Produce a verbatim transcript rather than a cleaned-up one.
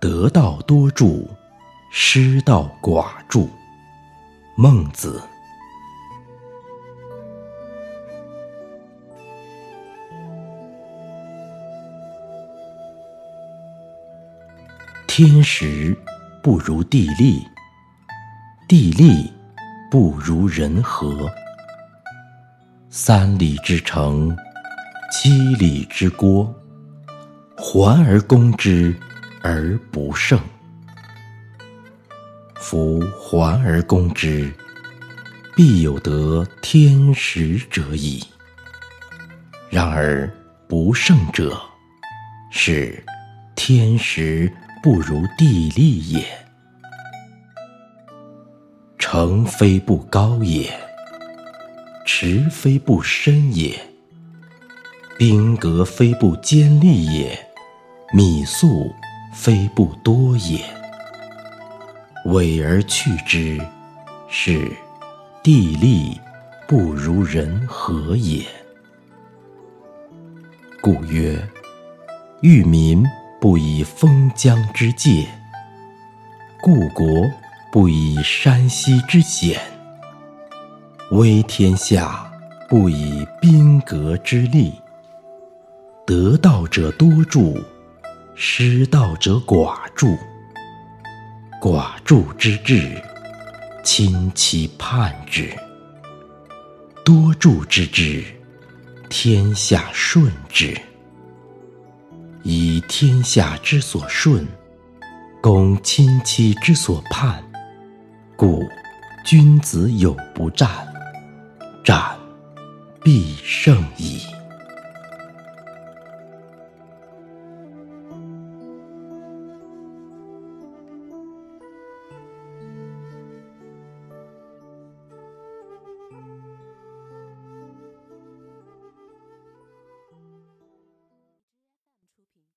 得道多助，失道寡助。孟子。天时不如地利，地利不如人和。三里之城，七里之郭，环而攻之而不胜。夫环而攻之，必有得天时者矣。然而不胜者，是天时不如地利也。城非不高也，池非不深也，兵革非不坚利也，米粟非不多也。委而去之，是地利不如人和也。故曰：欲民不以封疆之界，故国不以山溪之险，威天下不以兵革之利。得道者多助，失道者寡助。寡助之至，亲其叛之；多助之至，天下顺之。以天下之所顺，攻亲戚之所叛，故君子有不战，战必胜矣。